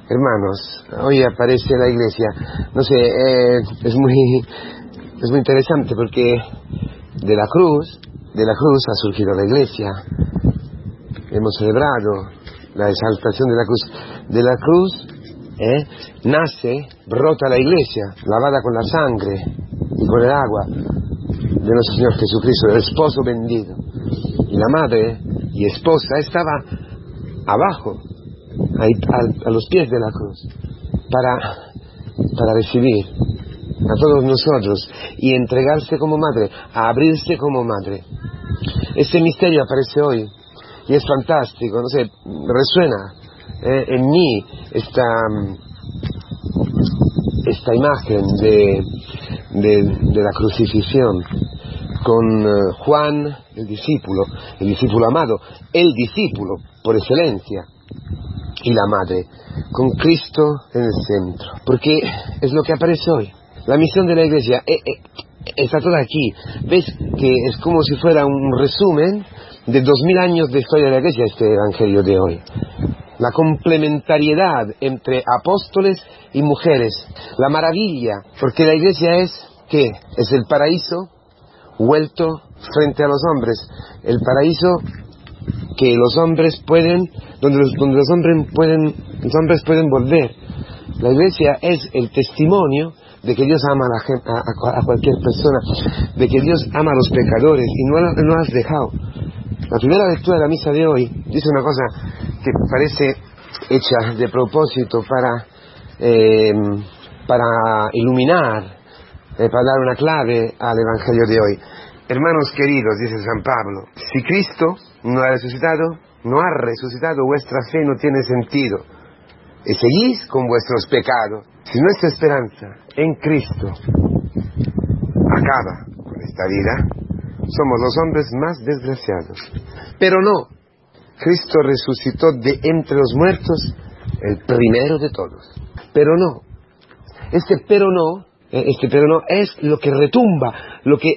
Hermanos, hoy aparece la iglesia. No sé, es muy interesante porque de la cruz ha surgido la iglesia. Hemos celebrado la exaltación de la cruz. De la cruz nace, brota la iglesia, lavada con la sangre y con el agua de nuestro Señor Jesucristo, el esposo bendito. Y la madre y esposa estaba abajo, ahí, a los pies de la cruz, para recibir a todos nosotros y entregarse como madre, a abrirse como madre. Este misterio aparece hoy y es fantástico, no sé, resuena en mí esta imagen de la crucifixión con Juan, el discípulo amado, el discípulo por excelencia, y la madre, con Cristo en el centro, porque es lo que aparece hoy. La misión de la iglesia está toda aquí. ¿Ves que es como si fuera un resumen de 2000 años de historia de la iglesia, este evangelio de hoy? La complementariedad entre apóstoles y mujeres, la maravilla, porque la iglesia ¿qué? Es el paraíso vuelto frente a los hombres, el paraíso que los hombres pueden, donde los hombres pueden volver. La iglesia es el testimonio de que Dios ama a cualquier persona, de que Dios ama a los pecadores y no has dejado. La primera lectura de la misa de hoy dice una cosa que parece hecha de propósito para iluminar, para dar una clave al evangelio de hoy. Hermanos queridos, dice San Pablo, si Cristo no ha resucitado, vuestra fe no tiene sentido, y seguís con vuestros pecados. Si nuestra esperanza en Cristo acaba con esta vida, somos los hombres más desgraciados. Pero no, Cristo resucitó de entre los muertos, el primero de todos. Pero no, este pero no es lo que retumba, lo que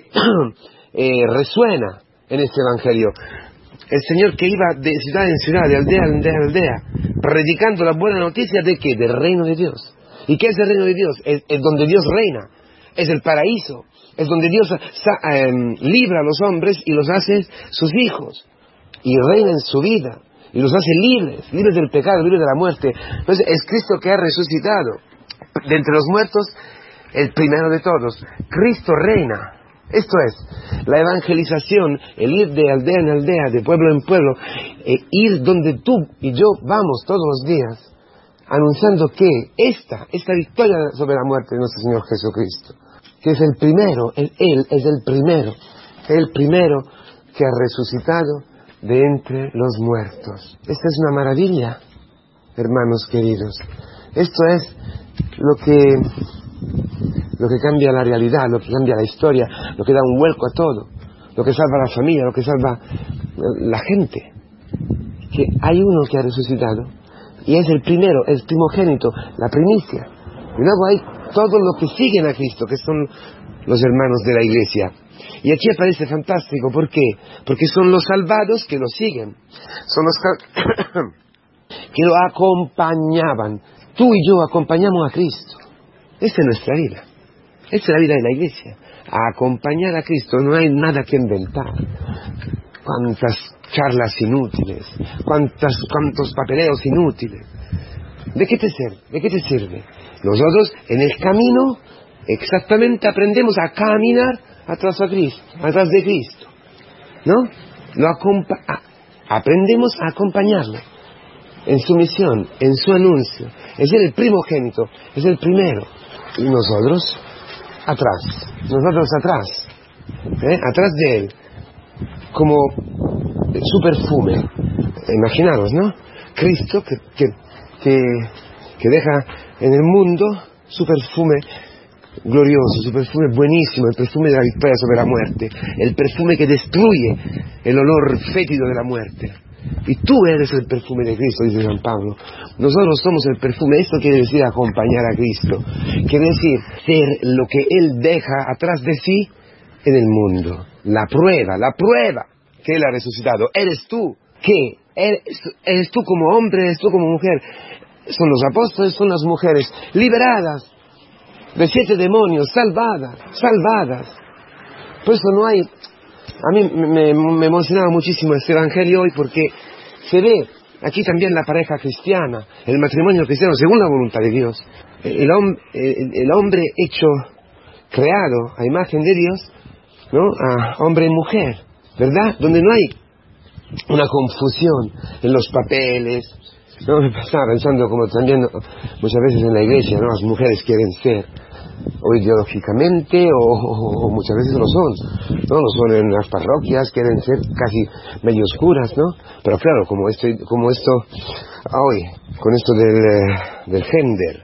resuena en este evangelio. El Señor que iba de ciudad en ciudad, de aldea en aldea, predicando la buena noticia ¿de qué? Del reino de Dios. ¿Y qué es el reino de Dios? Es donde Dios reina, es el paraíso, es donde Dios libra a los hombres y los hace sus hijos, y reina en su vida, y los hace libres del pecado, libres de la muerte. Entonces es Cristo que ha resucitado de entre los muertos, el primero de todos. Cristo reina. Esto es, la evangelización, el ir de aldea en aldea, de pueblo en pueblo, ir donde tú y yo vamos todos los días, anunciando que esta victoria sobre la muerte de nuestro Señor Jesucristo, que es el primero, Él es el primero que ha resucitado de entre los muertos. Esta es una maravilla, hermanos queridos. Esto es lo que cambia la realidad, lo que cambia la historia, lo que da un vuelco a todo, lo que salva a la familia, lo que salva la gente. Que hay uno que ha resucitado y es el primero, el primogénito, la primicia. Y luego hay todos los que siguen a Cristo, que son los hermanos de la iglesia. Y aquí aparece fantástico, ¿por qué? Porque son los salvados que lo siguen, son los que lo acompañaban. Tú y yo acompañamos a Cristo. Esta es nuestra vida. Esta es la vida de la iglesia. A acompañar a Cristo, no hay nada que inventar. Cuántas charlas inútiles, cuántos papeleos inútiles. ¿De qué te sirve? Nosotros en el camino exactamente aprendemos a caminar atrás de Cristo. ¿No? Aprendemos a acompañarlo en su misión, en su anuncio. Es el primogénito, es el primero. Y nosotros atrás, atrás de él, como su perfume. Imaginaros, ¿no? Cristo que deja en el mundo su perfume glorioso, su perfume buenísimo, el perfume de la victoria sobre la muerte, el perfume que destruye el olor fétido de la muerte. Y tú eres el perfume de Cristo, dice San Pablo. Nosotros somos el perfume. Esto quiere decir acompañar a Cristo. Quiere decir ser lo que Él deja atrás de sí en el mundo. La prueba que Él ha resucitado. Eres tú. ¿Qué? Eres tú como hombre, eres tú como mujer. Son los apóstoles, son las mujeres liberadas de 7 demonios, salvadas. Por eso no hay... A mí me emocionaba muchísimo este evangelio hoy porque se ve aquí también la pareja cristiana, el matrimonio cristiano según la voluntad de Dios. El hombre hecho, creado a imagen de Dios, ¿no? A hombre y mujer, ¿verdad? Donde no hay una confusión en los papeles. No, me estaba pensando como también muchas veces en la iglesia, ¿no? Las mujeres quieren ser o ideológicamente o muchas veces lo son, ¿no? Lo son en las parroquias, quieren ser casi medio oscuras, ¿no? Pero claro, como esto hoy, con esto del gender,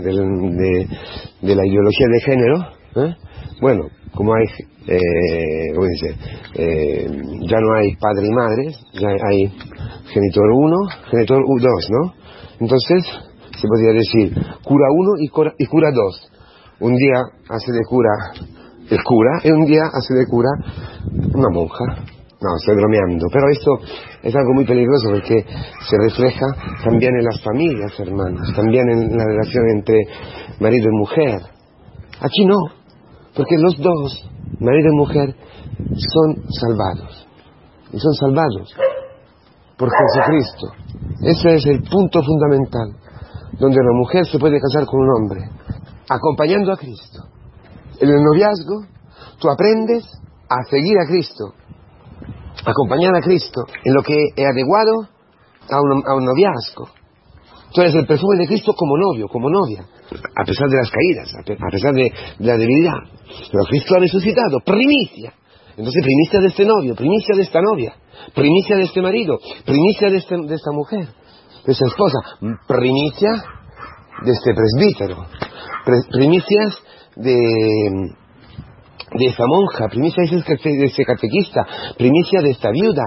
de la ideología de género, bueno, como hay, ¿cómo dice? Ya no hay padre y madre, ya hay genitor 1, genitor 2, ¿no? Entonces, se podría decir cura 1 y cura 2. Un día hace de cura el cura y un día hace de cura una monja. No, estoy bromeando, pero esto es algo muy peligroso porque se refleja también en las familias, hermanos, también en la relación entre marido y mujer. Aquí no, porque los dos, marido y mujer, son salvados. Y son salvados por Jesucristo. Ese es el punto fundamental, donde una mujer se puede casar con un hombre, acompañando a Cristo. En el noviazgo, tú aprendes a seguir a Cristo, acompañar a Cristo en lo que es adecuado a un noviazgo. Tú eres el perfume de Cristo como novio, como novia, a pesar de las caídas, a pesar de la debilidad. Pero Cristo ha resucitado, primicia. Entonces, primicia de este novio, primicia de esta novia, primicia de este marido, primicia de esta mujer, de esta esposa, primicia de este presbítero, primicias de esta monja, primicia de este catequista, primicia de esta viuda,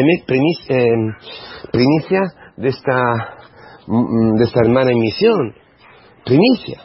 primicia de esta hermana en misión, primicia.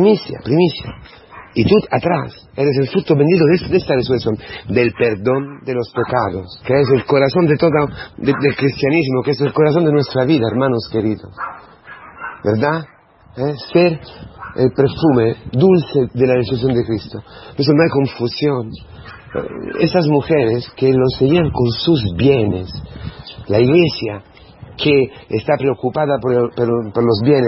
Y tú atrás eres el fruto bendito de esta resurrección, del perdón de los pecados, que es el corazón de todo del cristianismo, que es el corazón de nuestra vida, hermanos queridos, ¿verdad? Ser el perfume dulce de la resurrección de Cristo. Por eso no hay confusión. Esas mujeres que lo seguían con sus bienes, la iglesia que está preocupada por los bienes,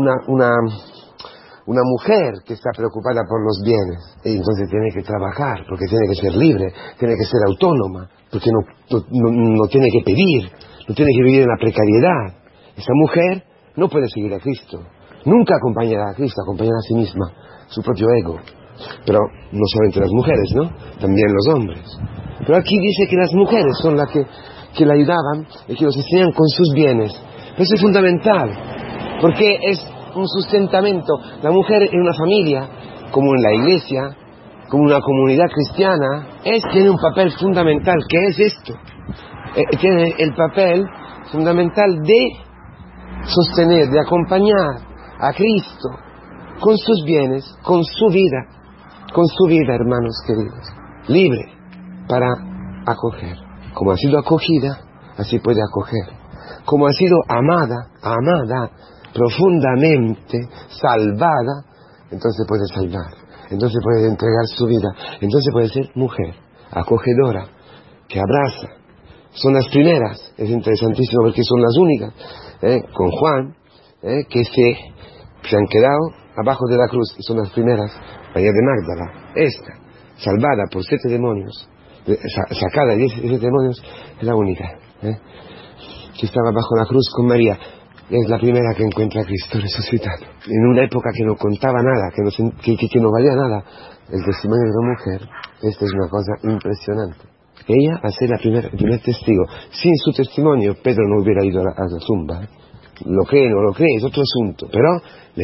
una mujer que está preocupada por los bienes, y entonces tiene que trabajar, porque tiene que ser libre, tiene que ser autónoma, porque no tiene que pedir, no tiene que vivir en la precariedad. Esa mujer no puede seguir a Cristo. Nunca acompañará a Cristo, acompañará a sí misma, su propio ego. Pero no solamente las mujeres, ¿no? También los hombres. Pero aquí dice que las mujeres son las que la ayudaban y que los sostenían con sus bienes. Pero eso es fundamental, porque es un sustentamiento. La mujer en una familia, como en la iglesia, como una comunidad cristiana, tiene un papel fundamental. ¿Qué es esto? Tiene el papel fundamental de sostener, de acompañar a Cristo con sus bienes, con su vida, hermanos queridos, libre para acoger. Como ha sido acogida, así puede acoger. Como ha sido amada, profundamente salvada, entonces puede salvar, entonces puede entregar su vida, entonces puede ser mujer, acogedora, que abraza. Son las primeras, es interesantísimo porque son las únicas, con Juan, que se han quedado abajo de la cruz, y son las primeras. María de Magdala, esta, salvada por 7 demonios, sacada de 7 demonios, es la única, que estaba bajo la cruz con María. Es la primera que encuentra a Cristo resucitado. En una época que no contaba nada, que no valía nada, el testimonio de la mujer, esta es una cosa impresionante. Ella va a ser el primer testigo. Sin su testimonio, Pedro no hubiera ido a la tumba. Lo cree, no lo cree, es otro asunto, pero le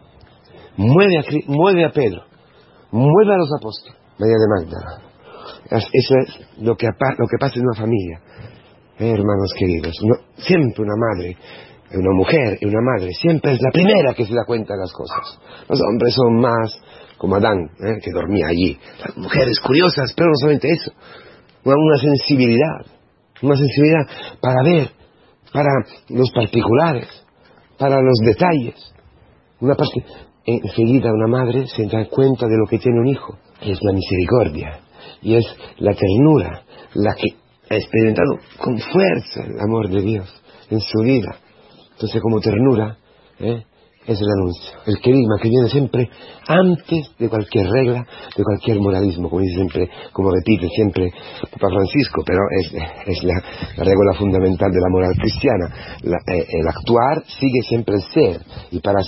mueve a Pedro, mueve a los apóstoles. María de Magdala. Eso es lo que pasa en una familia, hermanos queridos. Siempre una madre, una mujer y una madre siempre es la primera que se da cuenta de las cosas. Los hombres son más como Adán, que dormía allí. Las mujeres curiosas, pero no solamente eso, una sensibilidad para ver, para los particulares, para los detalles. Una parte, enseguida una madre se da cuenta de lo que tiene un hijo. Es la misericordia y es la ternura la que ha experimentado con fuerza el amor de Dios en su vida. Entonces, como ternura, es el anuncio, el querigma que viene siempre antes de cualquier regla, de cualquier moralismo, como dice siempre, como repite siempre Papa Francisco, pero es la regla fundamental de la moral cristiana. El actuar sigue siempre el ser, y para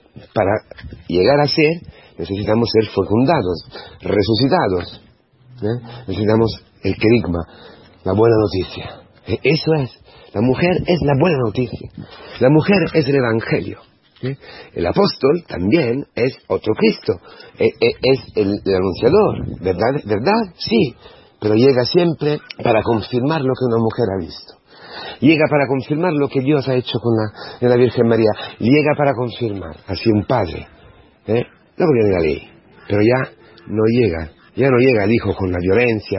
llegar a ser necesitamos ser fecundados, resucitados, necesitamos el querigma, la buena noticia. Eso es, la mujer es la buena noticia, la mujer es el evangelio. El apóstol también es otro Cristo, es el anunciador, ¿verdad? Sí, pero llega siempre para confirmar lo que una mujer ha visto, llega para confirmar lo que Dios ha hecho en la Virgen María, llega para confirmar, así un padre, luego viene la ley, pero ya no llega el hijo con la violencia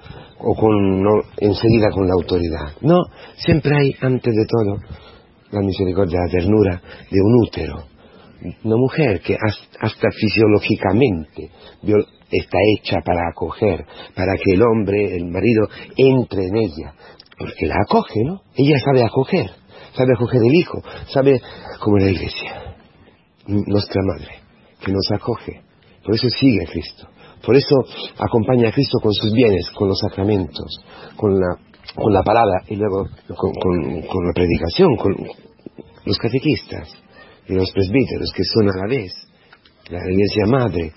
enseguida con la autoridad, no, siempre hay antes de todo la misericordia, la ternura de un útero, una mujer que hasta fisiológicamente está hecha para acoger, para que el hombre, el marido, entre en ella, porque la acoge, ¿no? Ella sabe acoger el hijo, sabe como la Iglesia, nuestra madre, que nos acoge, por eso sigue a Cristo, por eso acompaña a Cristo con sus bienes, con los sacramentos, con la palabra y luego con la predicación, con los catequistas y los presbíteros que son a la vez la Iglesia Madre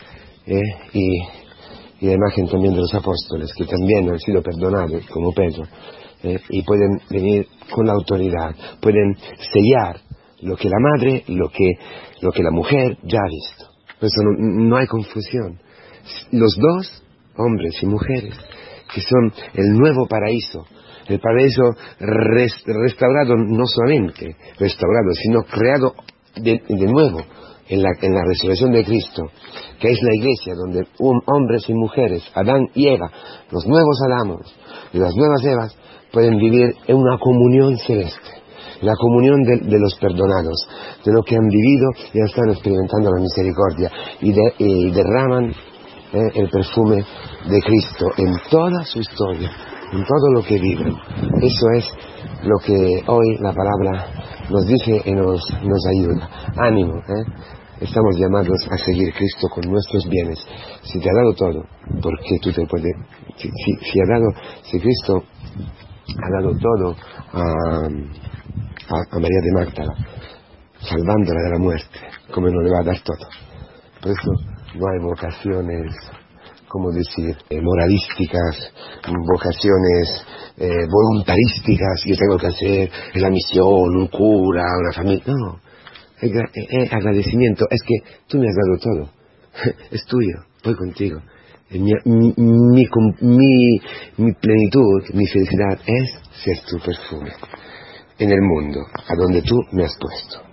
y la imagen también de los apóstoles que también han sido perdonados como Pedro y pueden venir con la autoridad, pueden sellar lo que la madre, lo que la mujer ya ha visto. Por eso no hay confusión. Los dos, hombres y mujeres, que son el nuevo paraíso, el paraíso restaurado, no solamente restaurado, sino creado de nuevo en la resurrección de Cristo, que es la Iglesia, donde hombres y mujeres, Adán y Eva, los nuevos Adamos y las nuevas Evas, pueden vivir en una comunión celeste, la comunión de los perdonados, de lo que han vivido y están experimentando la misericordia, y derraman el perfume de Cristo en toda su historia, en todo lo que viven. Eso es lo que hoy la palabra nos dice y nos ayuda. Ánimo, estamos llamados a seguir Cristo con nuestros bienes. Si te ha dado todo, ¿por qué tú te puedes? Si Cristo ha dado todo a María de Magdala, salvándola de la muerte, ¿cómo no le va a dar todo? Por eso no hay vocaciones, ¿cómo decir?, moralísticas, vocaciones voluntarísticas, yo tengo que hacer la misión, un cura, una familia. No, es agradecimiento, es que tú me has dado todo, es tuyo, voy contigo. Mi plenitud, mi felicidad es ser tu perfume en el mundo, a donde tú me has puesto.